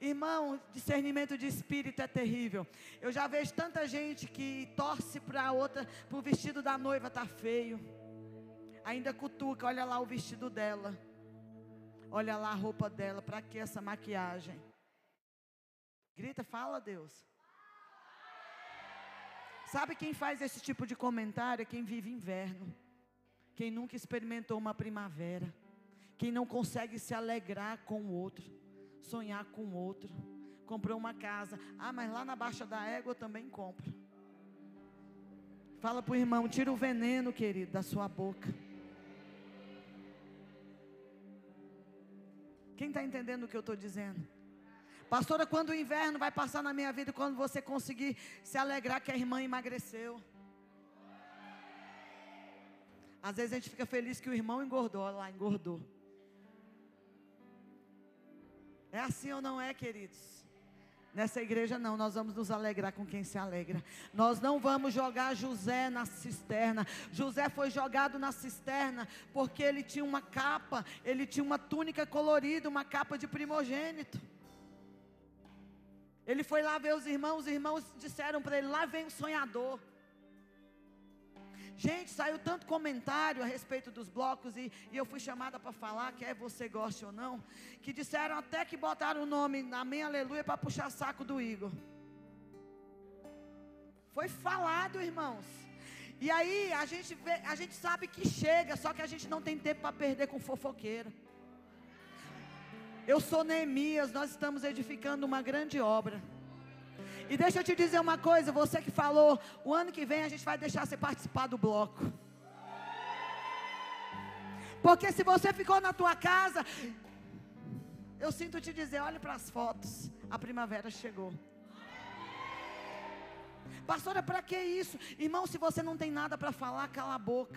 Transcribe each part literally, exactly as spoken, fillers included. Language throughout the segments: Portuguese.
Irmão, discernimento de espírito é terrível. Eu já vejo tanta gente que torce para outra, para o vestido da noiva tá feio. Ainda cutuca, olha lá o vestido dela. Olha lá a roupa dela, para que essa maquiagem? Grita, fala, Deus. Sabe quem faz esse tipo de comentário? É quem vive inverno. Quem nunca experimentou uma primavera. Quem não consegue se alegrar com o outro. Sonhar com o outro. Comprou uma casa. Ah, mas lá na Baixa da Égua eu também compro. Fala para o irmão, tira o veneno, querido, da sua boca. Quem está entendendo o que eu estou dizendo? Pastora, quando o inverno vai passar na minha vida, quando você conseguir se alegrar que a irmã emagreceu. Às vezes a gente fica feliz que o irmão engordou, olha lá, engordou. É assim ou não é, queridos? Nessa igreja não, nós vamos nos alegrar com quem se alegra. Nós não vamos jogar José na cisterna. José foi jogado na cisterna porque ele tinha uma capa, ele tinha uma túnica colorida, uma capa de primogênito. Ele foi lá ver os irmãos, os irmãos disseram para ele, lá vem o sonhador. Gente, saiu tanto comentário a respeito dos blocos, e, e eu fui chamada para falar, quer você goste ou não, que disseram até que botaram o nome, amém, aleluia, para puxar saco do Igor. Foi falado, irmãos. E aí, a gente, vê, a gente sabe que chega, só que a gente não tem tempo para perder com fofoqueiro. Eu sou Neemias, nós estamos edificando uma grande obra. E deixa eu te dizer uma coisa, você que falou, o ano que vem a gente vai deixar você participar do bloco. Porque se você ficou na tua casa, eu sinto te dizer, olhe para as fotos, a primavera chegou. Pastora, para que isso? Irmão, se você não tem nada para falar, cala a boca.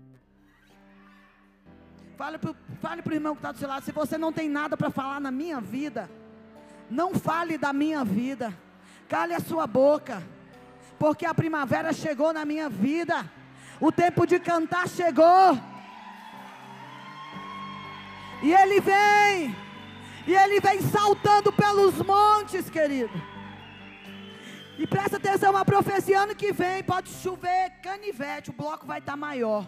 Fale para fale o irmão que está do seu lado, se você não tem nada para falar na minha vida, não fale da minha vida. Cale a sua boca, porque a primavera chegou na minha vida, o tempo de cantar chegou, e Ele vem, e Ele vem saltando pelos montes, querido, e presta atenção, uma profecia, ano que vem pode chover canivete, o bloco vai estar maior,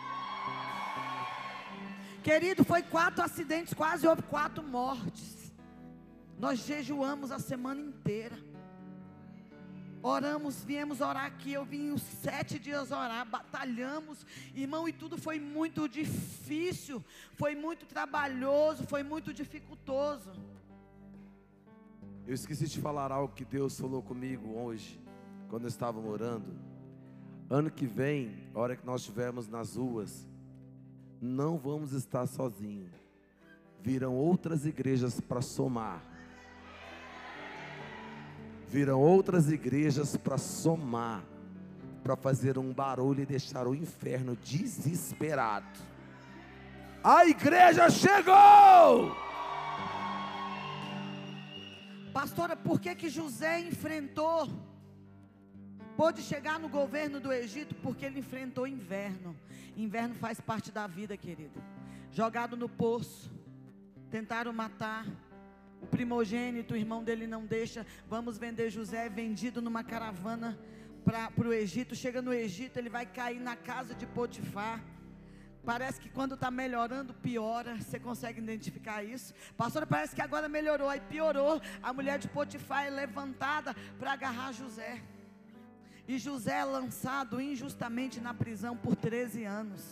querido, foi quatro acidentes, quase houve quatro mortes, nós jejuamos a semana inteira, oramos, viemos orar aqui, eu vim os sete dias orar, batalhamos, irmão, e tudo foi muito difícil, foi muito trabalhoso, foi muito dificultoso. Eu esqueci de falar algo que Deus falou comigo hoje, quando estávamos orando. Ano que vem, a hora que nós estivermos nas ruas, não vamos estar sozinhos, virão outras igrejas para somar. Virão outras igrejas para somar, para fazer um barulho e deixar o inferno desesperado. A igreja chegou! Pastora, por que que José enfrentou, pôde chegar no governo do Egito? Porque ele enfrentou inverno. Inverno faz parte da vida, querido. Jogado no poço, tentaram matar. O primogênito, o irmão dele não deixa, vamos vender José, vendido numa caravana para o Egito, chega no Egito, ele vai cair na casa de Potifar, parece que quando está melhorando, piora, você consegue identificar isso? Pastor, parece que agora melhorou, aí piorou, a mulher de Potifar é levantada para agarrar José, e José é lançado injustamente na prisão por treze anos,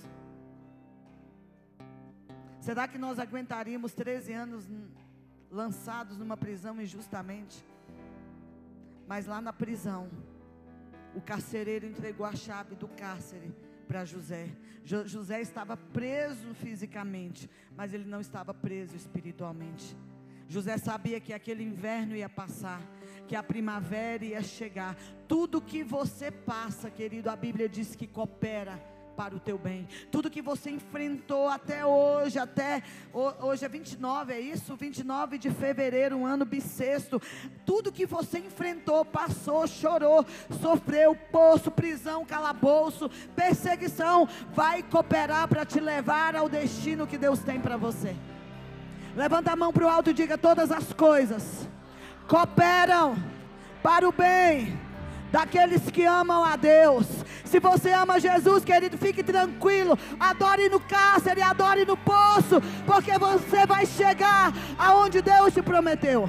será que nós aguentaríamos treze anos lançados numa prisão injustamente? Mas lá na prisão, o carcereiro entregou a chave do cárcere para José. Jo- José estava preso fisicamente, mas ele não estava preso espiritualmente. José sabia que aquele inverno ia passar, que a primavera ia chegar. Tudo que você passa, querido, a Bíblia diz que coopera para o teu bem. Tudo que você enfrentou até hoje, até hoje é vinte e nove, é isso? vinte e nove de fevereiro, um ano bissexto. Tudo que você enfrentou, passou, chorou, sofreu, poço, prisão, calabouço, perseguição, vai cooperar para te levar ao destino que Deus tem para você. Levanta a mão para o alto e diga: todas as coisas cooperam para o bem daqueles que amam a Deus. Se você ama Jesus, querido, fique tranquilo, adore no cárcere, adore no poço, porque você vai chegar aonde Deus te prometeu.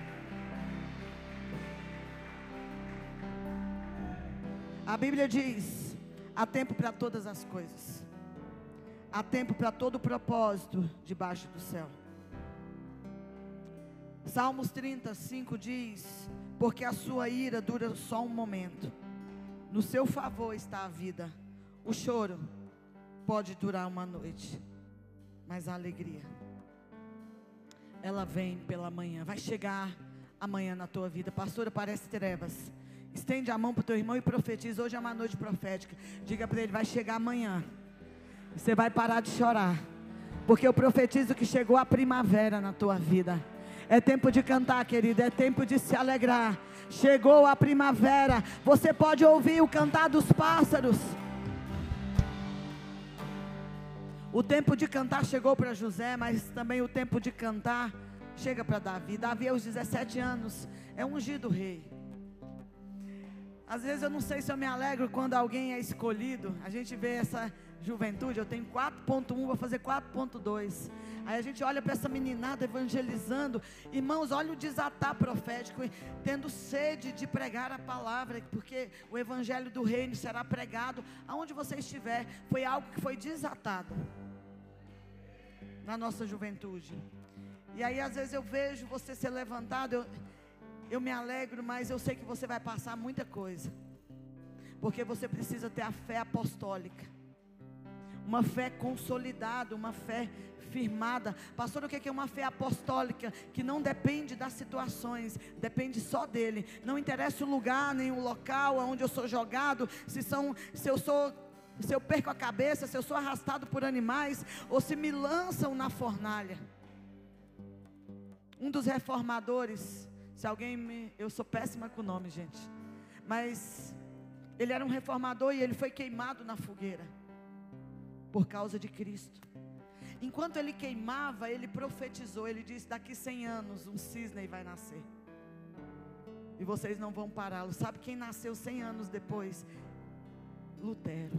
A Bíblia diz: há tempo para todas as coisas, há tempo para todo propósito debaixo do céu. Salmos trinta e cinco diz: porque a sua ira dura só um momento, no seu favor está a vida. O choro pode durar uma noite, mas a alegria, ela vem pela manhã. Vai chegar amanhã na tua vida. Pastora, parece trevas. Estende a mão para o teu irmão e profetiza. Hoje é uma noite profética. Diga para ele: vai chegar amanhã, você vai parar de chorar, porque eu profetizo que chegou a primavera na tua vida. É tempo de cantar, querido, é tempo de se alegrar. Chegou a primavera. Você pode ouvir o cantar dos pássaros. O tempo de cantar chegou para José, mas também o tempo de cantar chega para Davi. Davi aos dezessete anos é ungido rei. Às vezes eu não sei se eu me alegro quando alguém é escolhido. A gente vê essa juventude, eu tenho quatro ponto um, vou fazer quatro ponto dois. Aí a gente olha para essa meninada evangelizando. Irmãos, olha o desatar profético, tendo sede de pregar a palavra, porque o evangelho do reino será pregado aonde você estiver. Foi algo que foi desatado na nossa juventude. E aí às vezes eu vejo você ser levantado, eu, eu me alegro, mas eu sei que você vai passar muita coisa, porque você precisa ter a fé apostólica, uma fé consolidada, uma fé firmada. Pastor, o que é uma fé apostólica? Que não depende das situações, depende só dele. Não interessa o lugar, nem o local onde eu sou jogado, se, são, se eu sou, se eu perco a cabeça, se eu sou arrastado por animais, ou se me lançam na fornalha. Um dos reformadores, se alguém me... eu sou péssima com o nome, gente, mas ele era um reformador e ele foi queimado na fogueira por causa de Cristo. Enquanto ele queimava, ele profetizou. Ele disse: daqui cem anos um cisne vai nascer, e vocês não vão pará-lo. Sabe quem nasceu cem anos depois? Lutero.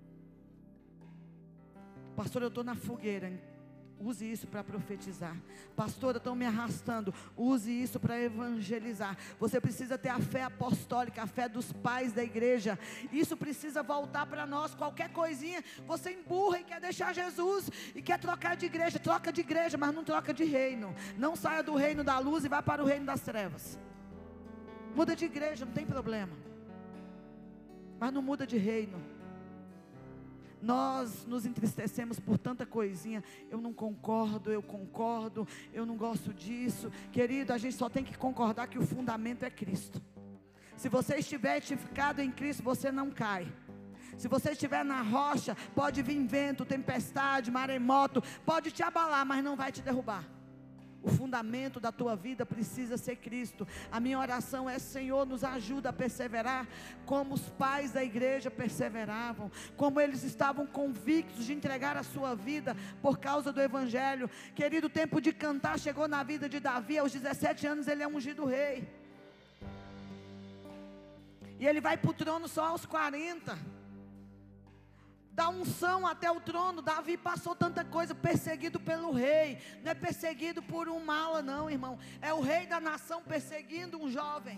Pastor, eu estou na fogueira. Use isso para profetizar. Pastora, estão me arrastando. Use isso para evangelizar. Você precisa ter a fé apostólica, a fé dos pais da igreja. Isso precisa voltar para nós. Qualquer coisinha, você emburra e quer deixar Jesus, e quer trocar de igreja. Troca de igreja, mas não troca de reino. Não saia do reino da luz e vá para o reino das trevas. Muda de igreja, não tem problema, mas não muda de reino. Nós nos entristecemos por tanta coisinha. Eu não concordo, eu concordo, eu não gosto disso. Querido, a gente só tem que concordar que o fundamento é Cristo. Se você estiver edificado em Cristo, você não cai. Se você estiver na rocha, pode vir vento, tempestade, maremoto, pode te abalar, mas não vai te derrubar. O fundamento da tua vida precisa ser Cristo. A minha oração é: Senhor, nos ajuda a perseverar como os pais da igreja perseveravam, como eles estavam convictos de entregar a sua vida por causa do evangelho. Querido, o tempo de cantar chegou na vida de Davi. Aos dezessete anos ele é ungido rei, e ele vai para o trono só aos quarenta. Da unção até o trono, Davi passou tanta coisa, perseguido pelo rei. Não é perseguido por um mala não, irmão. É o rei da nação perseguindo um jovem.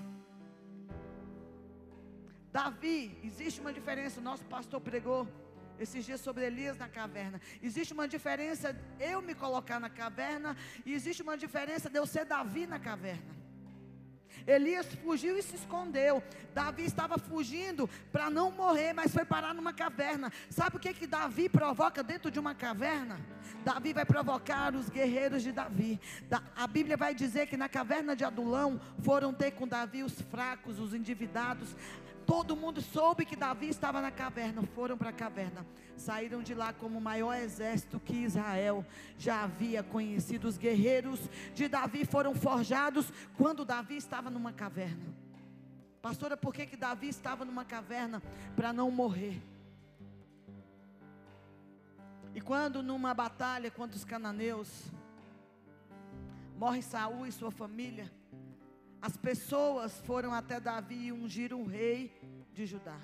Davi, existe uma diferença. O nosso pastor pregou esses dias sobre Elias na caverna. Existe uma diferença eu me colocar na caverna, e existe uma diferença de eu ser Davi na caverna. Elias fugiu e se escondeu. Davi estava fugindo para não morrer, mas foi parar numa caverna. Sabe o que que Davi provoca dentro de uma caverna? Davi vai provocar os guerreiros de Davi. A Bíblia vai dizer que na caverna de Adulão foram ter com Davi os fracos, os endividados. Todo mundo soube que Davi estava na caverna, foram para a caverna, saíram de lá como o maior exército que Israel já havia conhecido. Os guerreiros de Davi foram forjados quando Davi estava numa caverna. Pastora, por que que Davi estava numa caverna? Para não morrer. E quando numa batalha contra os cananeus, morre Saul e sua família, As pessoas foram até Davi e ungiram o rei de Judá.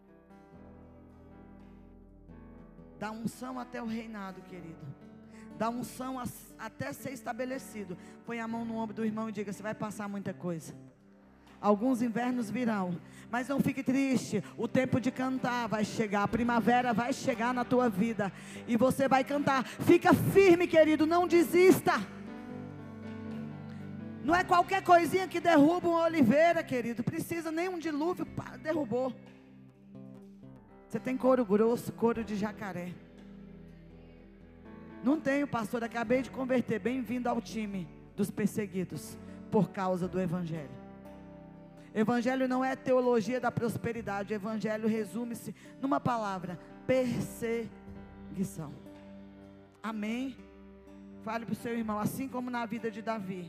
Da unção até o reinado, querido. Da unção até ser estabelecido. Põe a mão no ombro do irmão e diga: você vai passar muita coisa. Alguns invernos virão, mas não fique triste. O tempo de cantar vai chegar. A primavera vai chegar na tua vida e você vai cantar. Fica firme, querido, não desista. Não é qualquer coisinha que derruba uma oliveira, querido. Precisa nem um dilúvio, pá, derrubou. Você tem couro grosso, couro de jacaré. Não tenho, pastor, acabei de converter. Bem-vindo ao time dos perseguidos por causa do evangelho. Evangelho não é teologia da prosperidade. Evangelho resume-se numa palavra: perseguição. Amém? Fale para o seu irmão: assim como na vida de Davi,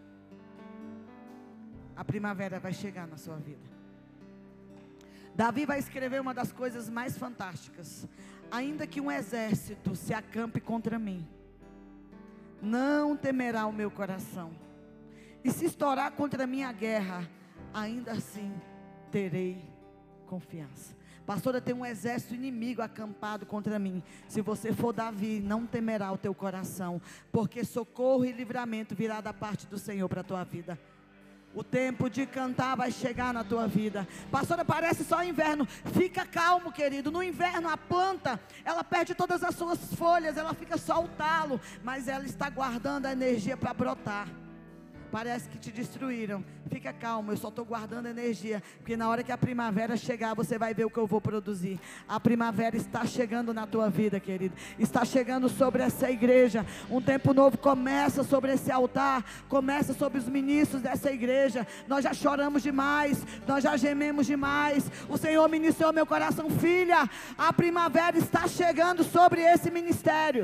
a primavera vai chegar na sua vida. Davi vai escrever uma das coisas mais fantásticas: ainda que um exército se acampe contra mim, não temerá o meu coração. E se estourar contra mim a guerra, ainda assim terei confiança. Pastora, tem um exército inimigo acampado contra mim. Se você for Davi, não temerá o teu coração, porque socorro e livramento virá da parte do Senhor para a tua vida. O tempo de cantar vai chegar na tua vida. Pastora, parece só inverno. Fica calmo, querido. No inverno a planta, ela perde todas as suas folhas, ela fica só o talo, mas ela está guardando a energia para brotar. Parece que te destruíram. Fica calmo, eu só estou guardando energia, porque na hora que a primavera chegar, você vai ver o que eu vou produzir. A primavera está chegando na tua vida, querido. Está chegando sobre essa igreja. Um tempo novo começa sobre esse altar. Começa sobre os ministros dessa igreja. Nós já choramos demais, nós já gememos demais. O Senhor ministrou meu coração: filha, a primavera está chegando sobre esse ministério.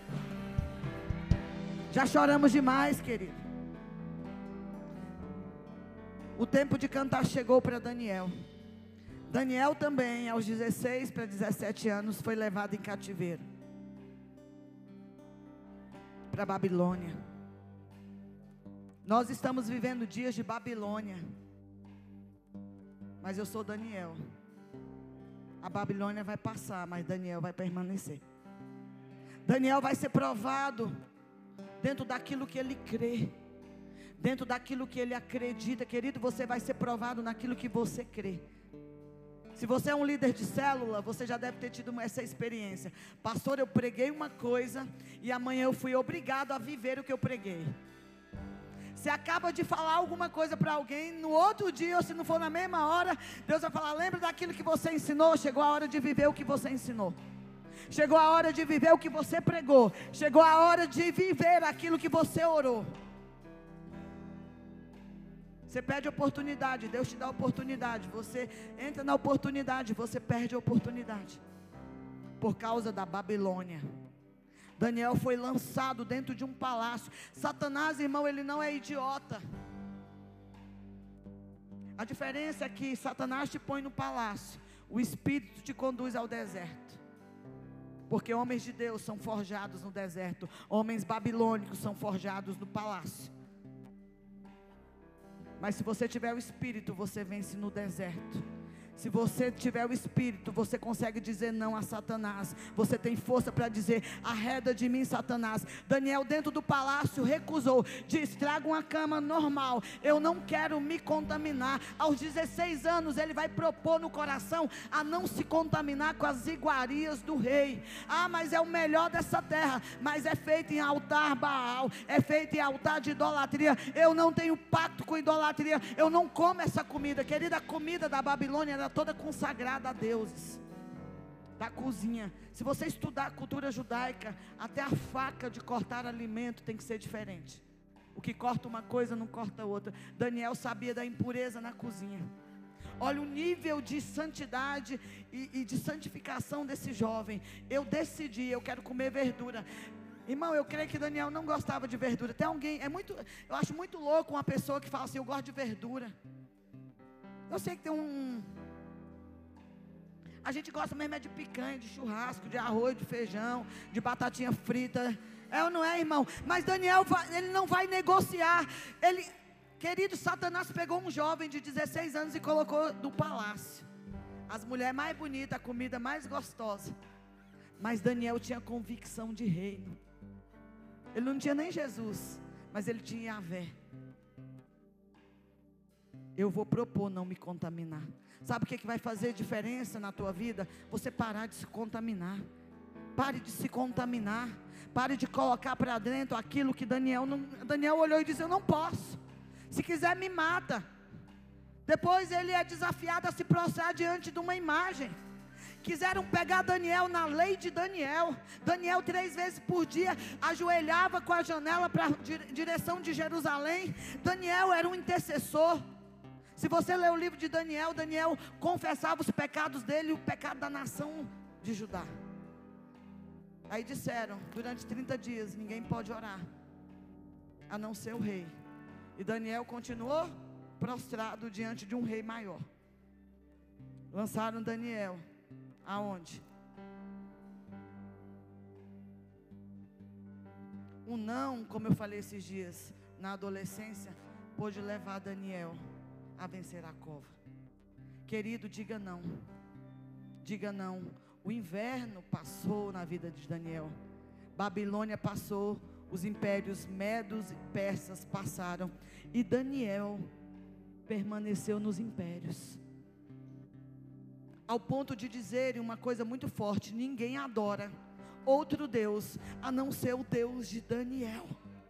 Já choramos demais, querido. O tempo de cantar chegou para Daniel. Daniel também, aos dezesseis para dezessete anos, foi levado em cativeiro para Babilônia. Nós estamos vivendo dias de Babilônia, mas eu sou Daniel. A Babilônia vai passar, mas Daniel vai permanecer. Daniel vai ser provado dentro daquilo que ele crê, dentro daquilo que ele acredita. Querido, você vai ser provado naquilo que você crê. Se você é um líder de célula, você já deve ter tido essa experiência. Pastor, eu preguei uma coisa e amanhã eu fui obrigado a viver o que eu preguei. Você acaba de falar alguma coisa para alguém, no outro dia, ou se não for na mesma hora, Deus vai falar: lembra daquilo que você ensinou? Chegou a hora de viver o que você ensinou. Chegou a hora de viver o que você pregou. Chegou a hora de viver aquilo que você orou. Você perde oportunidade, Deus te dá oportunidade. Você entra na oportunidade, você perde a oportunidade. Por causa da Babilônia. Daniel foi lançado dentro de um palácio. Satanás, irmão, ele não é idiota. A diferença é que Satanás te põe no palácio, o Espírito te conduz ao deserto. Porque homens de Deus são forjados no deserto. Homens babilônicos são forjados no palácio. Mas se você tiver o Espírito, você vence no deserto. Se você tiver o Espírito, você consegue dizer não a Satanás. Você tem força para dizer: arreda de mim, Satanás. Daniel, dentro do palácio, recusou. Diz: traga uma cama normal, eu não quero me contaminar. Aos dezesseis anos, ele vai propor no coração a não se contaminar com as iguarias do rei. Ah, mas é o melhor dessa terra. Mas é feito em altar Baal, é feito em altar de idolatria. Eu não tenho pacto com idolatria. Eu não como essa comida. Querida, a comida da Babilônia era toda consagrada a deuses da cozinha. Se você estudar a cultura judaica, até a faca de cortar alimento tem que ser diferente. O que corta uma coisa não corta outra. Daniel sabia da impureza na cozinha. Olha o nível de santidade e, e de santificação desse jovem. Eu decidi, eu quero comer verdura. Irmão, eu creio que Daniel não gostava de verdura. Tem alguém, é muito, eu acho muito louco uma pessoa que fala assim: eu gosto de verdura. Eu sei que tem um... A gente gosta mesmo é de picanha, de churrasco, de arroz, de feijão, de batatinha frita. É ou não é, irmão? Mas Daniel, ele não vai negociar. Ele, Querido, Satanás pegou um jovem de dezesseis anos e colocou no palácio. As mulheres mais bonitas, a comida mais gostosa. Mas Daniel tinha convicção de reino. Ele não tinha nem Jesus, mas ele tinha Yahvé. Eu vou propor não me contaminar. Sabe o que, que vai fazer diferença na tua vida? Você parar de se contaminar. Pare de se contaminar. Pare de colocar para dentro aquilo que Daniel não... Daniel olhou e disse: eu não posso. Se quiser me mata. Depois ele é desafiado a se prostrar diante de uma imagem. Quiseram pegar Daniel na lei de Daniel. Daniel três vezes por dia ajoelhava com a janela para a direção de Jerusalém. Daniel era um intercessor. Se você ler o livro de Daniel, Daniel confessava os pecados dele e o pecado da nação de Judá. Aí disseram, durante trinta dias, ninguém pode orar, a não ser o rei. E Daniel continuou prostrado diante de um rei maior. Lançaram Daniel, aonde? O não, como eu falei esses dias, na adolescência, pôde levar Daniel a vencer a cova. Querido, diga não. Diga não. O inverno passou na vida de Daniel. Babilônia passou. Os impérios medos e persas passaram. E Daniel permaneceu nos impérios. Ao ponto de dizerem uma coisa muito forte: ninguém adora outro Deus a não ser o Deus de Daniel.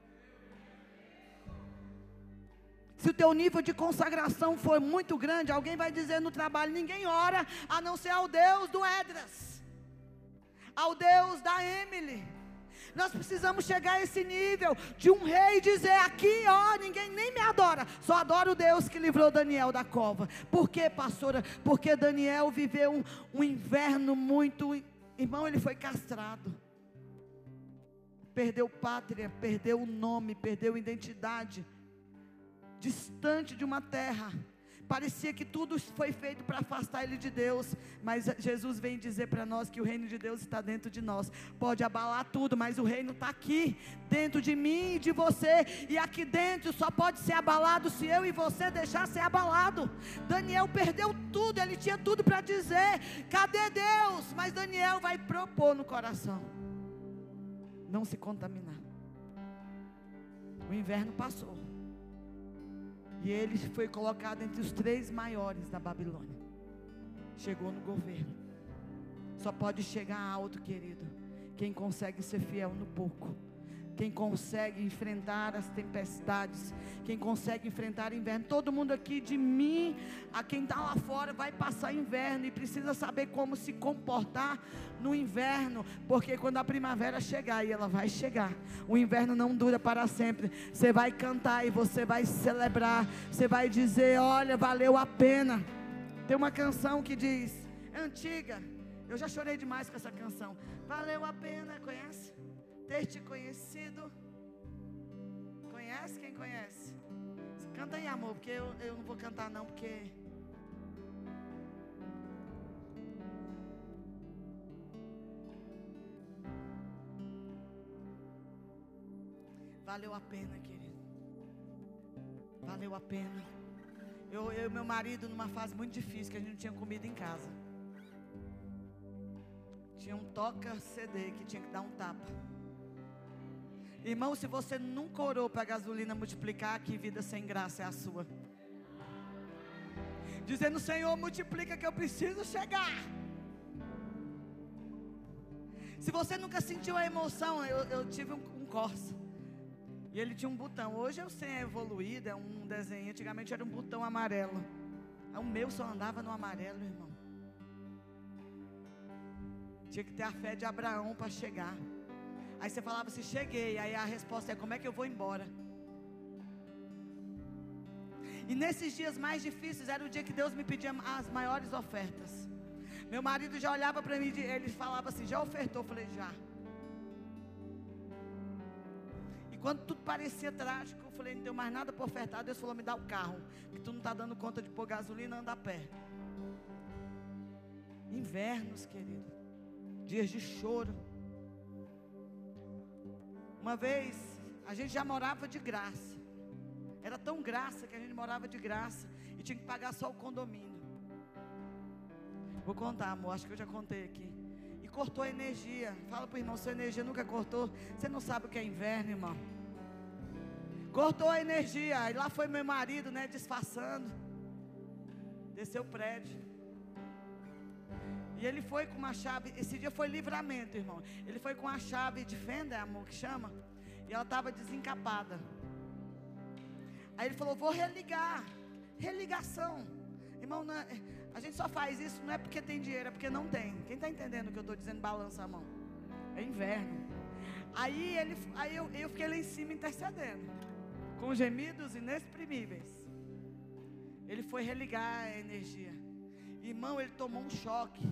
Se o teu nível de consagração for muito grande, alguém vai dizer no trabalho: ninguém ora a não ser ao Deus do Edras, ao Deus da Emily. Nós precisamos chegar a esse nível de um rei dizer: aqui ó, ninguém nem me adora, só adora o Deus que livrou Daniel da cova. Por quê, pastora? Porque Daniel viveu um, um inverno muito... Irmão, ele foi castrado, perdeu pátria, perdeu o nome, perdeu identidade, distante de uma terra. Parecia que tudo foi feito para afastar ele de Deus. Mas Jesus vem dizer para nós que o reino de Deus está dentro de nós. Pode abalar tudo, mas o reino está aqui, dentro de mim e de você. E aqui dentro só pode ser abalado se eu e você deixar ser abalado. Daniel perdeu tudo, ele tinha tudo para dizer: cadê Deus? Mas Daniel vai propor no coração não se contaminar. O inverno passou e ele foi colocado entre os três maiores da Babilônia. Chegou no governo. Só pode chegar alto, querido, quem consegue ser fiel no pouco, quem consegue enfrentar as tempestades, quem consegue enfrentar inverno. Todo mundo aqui, de mim a quem está lá fora, vai passar inverno e precisa saber como se comportar no inverno, porque quando a primavera chegar, e ela vai chegar, o inverno não dura para sempre. Você vai cantar e você vai celebrar, você vai dizer: olha, valeu a pena. Tem uma canção que diz, é antiga, eu já chorei demais com essa canção: valeu a pena, conhece? Ter te conhecido. Conhece? Quem conhece? Canta aí, amor, porque eu, eu não vou cantar não, porque... Valeu a pena, querido. Valeu a pena. Eu e meu marido, numa fase muito difícil, que a gente não tinha comida em casa. Tinha um toca-C D que tinha que dar um tapa. Irmão, se você nunca orou para a gasolina multiplicar, que vida sem graça é a sua. Dizendo: Senhor, multiplica que eu preciso chegar. Se você nunca sentiu a emoção, eu, eu tive um, um Corsa. E ele tinha um botão. Hoje eu sei, é evoluído, é um desenho. Antigamente era um botão amarelo. O meu só andava no amarelo, irmão. Tinha que ter a fé de Abraão para chegar. Aí você falava assim: cheguei. Aí a resposta é: como é que eu vou embora? E nesses dias mais difíceis, era o dia que Deus me pedia as maiores ofertas. Meu marido já olhava para mim, ele falava assim: já ofertou? Eu falei: já. E quando tudo parecia trágico, eu falei: não tenho mais nada para ofertar. Deus falou: me dá o carro, que tu não está dando conta de pôr gasolina, anda a pé. Invernos, querido, dias de choro. Uma vez, a gente já morava de graça, Era tão graça que a gente morava de graça e tinha que pagar só o condomínio. Vou contar, amor, acho que eu já contei aqui. E cortou a energia. Fala pro irmão, sua energia nunca cortou. Você não sabe o que é inverno, irmão. Cortou a energia. Aí lá foi meu marido, né, disfarçando. Desceu o prédio. E ele foi com uma chave. Esse dia foi livramento, irmão. Ele foi com a chave de fenda, amor, que chama. E ela estava desencapada. Aí ele falou, vou religar. Religação. Irmão, não é, a gente só faz isso não é porque tem dinheiro, é porque não tem. Quem está entendendo o que eu estou dizendo? Balança a mão. É inverno. Aí, ele, aí eu, eu fiquei lá em cima intercedendo, com gemidos inexprimíveis. Ele foi religar a energia. Irmão, ele tomou um choque.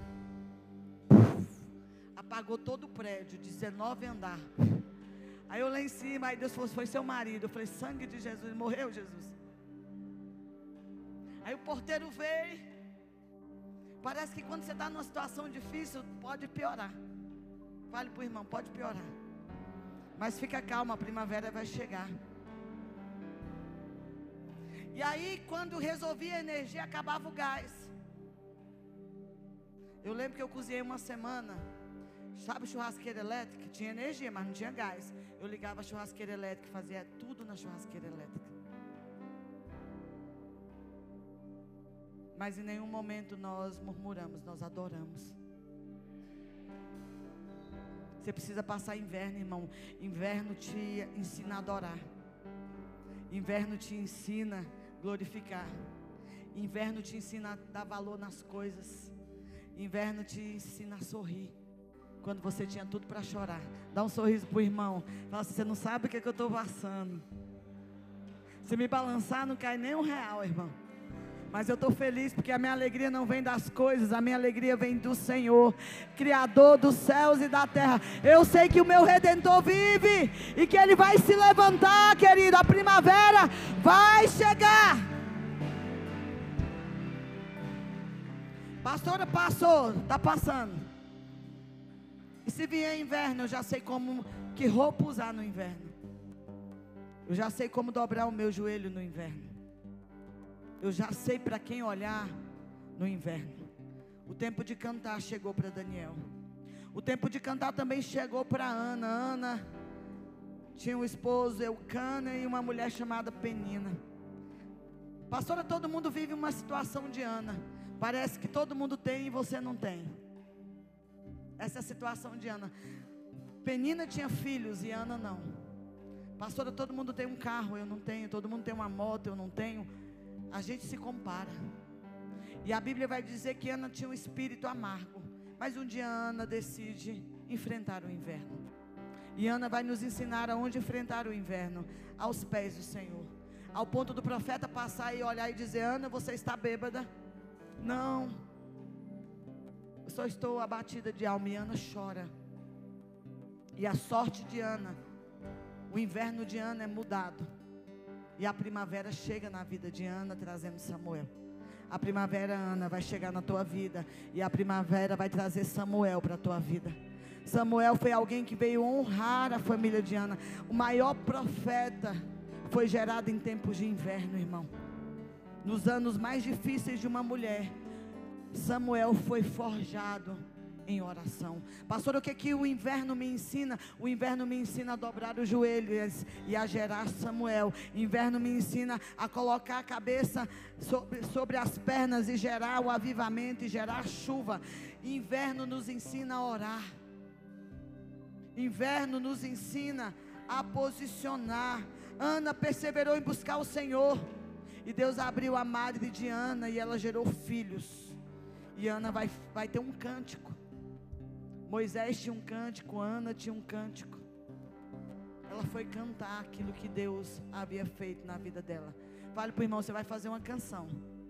Apagou todo o prédio, dezenove andar. Aí eu lá em cima, aí Deus falou, foi seu marido. Eu falei, sangue de Jesus, morreu Jesus. Aí o porteiro veio. Parece que quando você está numa situação difícil, pode piorar. Fale para o irmão, pode piorar. Mas fica calma, a primavera vai chegar. E aí quando resolvia a energia, acabava o gás. Eu lembro que eu cozinhei uma semana. Sabe churrasqueira elétrica? Tinha energia, mas não tinha gás. Eu ligava a churrasqueira elétrica e fazia tudo na churrasqueira elétrica. Mas em nenhum momento nós murmuramos, nós adoramos. Você precisa passar inverno, irmão. Inverno te ensina a adorar. Inverno te ensina a glorificar. Inverno te ensina a dar valor nas coisas. Inverno te ensina a sorrir. Quando você tinha tudo para chorar. Dá um sorriso para o irmão. Fala assim, você não sabe o que, é que eu estou passando. Se me balançar, não cai nem um real, irmão. Mas eu estou feliz porque a minha alegria não vem das coisas, a minha alegria vem do Senhor, Criador dos céus e da terra. Eu sei que o meu Redentor vive e que Ele vai se levantar, querido. A primavera vai chegar. Pastora, passou, está passando. E se vier inverno, eu já sei como, que roupa usar no inverno. Eu já sei como dobrar o meu joelho no inverno. Eu já sei para quem olhar no inverno. O tempo de cantar chegou para Daniel. O tempo de cantar também chegou para Ana. Ana tinha um esposo, Eucana, e uma mulher chamada Penina. Pastora, todo mundo vive uma situação de Ana. Parece que todo mundo tem e você não tem. Essa é a situação de Ana. Penina tinha filhos e Ana não. Pastora, todo mundo tem um carro, eu não tenho. Todo mundo tem uma moto, eu não tenho. A gente se compara. E a Bíblia vai dizer que Ana tinha um espírito amargo. Mas um dia Ana decide enfrentar o inverno. E Ana vai nos ensinar aonde enfrentar o inverno. Aos pés do Senhor. Ao ponto do profeta passar e olhar e dizer, Ana, você está bêbada? Não. Eu só estou abatida de alma. E Ana chora. E a sorte de Ana, o inverno de Ana é mudado. E a primavera chega na vida de Ana, trazendo Samuel. A primavera, Ana, vai chegar na tua vida. E a primavera vai trazer Samuel para a tua vida. Samuel foi alguém que veio honrar a família de Ana. O maior profeta foi gerado em tempos de inverno, irmão. Nos anos mais difíceis de uma mulher, Samuel foi forjado em oração. Pastor, o que que o inverno me ensina? O inverno me ensina a dobrar os joelhos e a gerar Samuel. O inverno me ensina a colocar a cabeça sobre, sobre as pernas e gerar o avivamento e gerar chuva. Inverno nos ensina a orar. Inverno nos ensina a posicionar. Ana perseverou em buscar o Senhor. E Deus abriu a madre de Ana e ela gerou filhos. E Ana vai, vai ter um cântico. Moisés tinha um cântico, Ana tinha um cântico. Ela foi cantar aquilo que Deus havia feito na vida dela. Fale para o irmão, você vai fazer uma canção.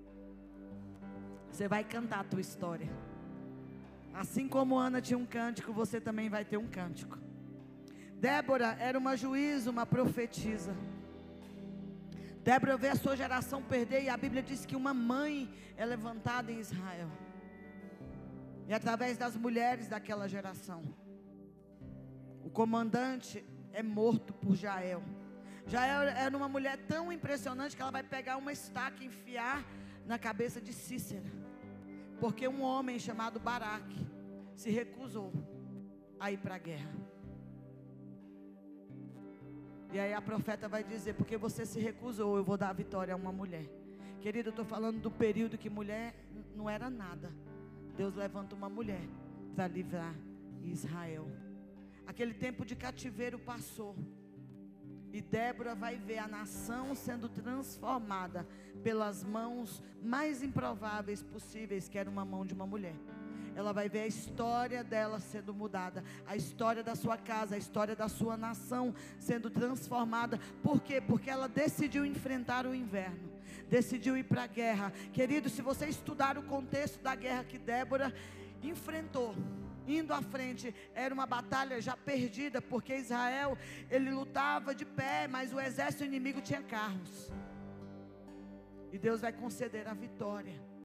Você vai cantar a tua história. Assim como Ana tinha um cântico, você também vai ter um cântico. Débora era uma juíza, uma profetisa. Débora vê a sua geração perder, e a Bíblia diz que uma mãe é levantada em Israel. E através das mulheres daquela geração, o comandante é morto por Jael. Já era uma mulher tão impressionante que ela vai pegar uma estaca e enfiar na cabeça de Cícera, porque um homem chamado Baraque se recusou a ir para a guerra. E aí a profeta vai dizer: porque você se recusou, eu vou dar a vitória a uma mulher. Querido, eu estou falando do período que mulher não era nada. Deus levanta uma mulher para livrar Israel. Aquele tempo de cativeiro passou, e Débora vai ver a nação sendo transformada pelas mãos mais improváveis possíveis, que era uma mão de uma mulher. Ela vai ver a história dela sendo mudada, a história da sua casa, a história da sua nação sendo transformada. Por quê? Porque ela decidiu enfrentar o inverno, decidiu ir para a guerra. Querido, se você estudar o contexto da guerra que Débora enfrentou, indo à frente, era uma batalha já perdida, porque Israel, ele lutava de pé, mas o exército inimigo tinha carros, e Deus vai conceder a vitória.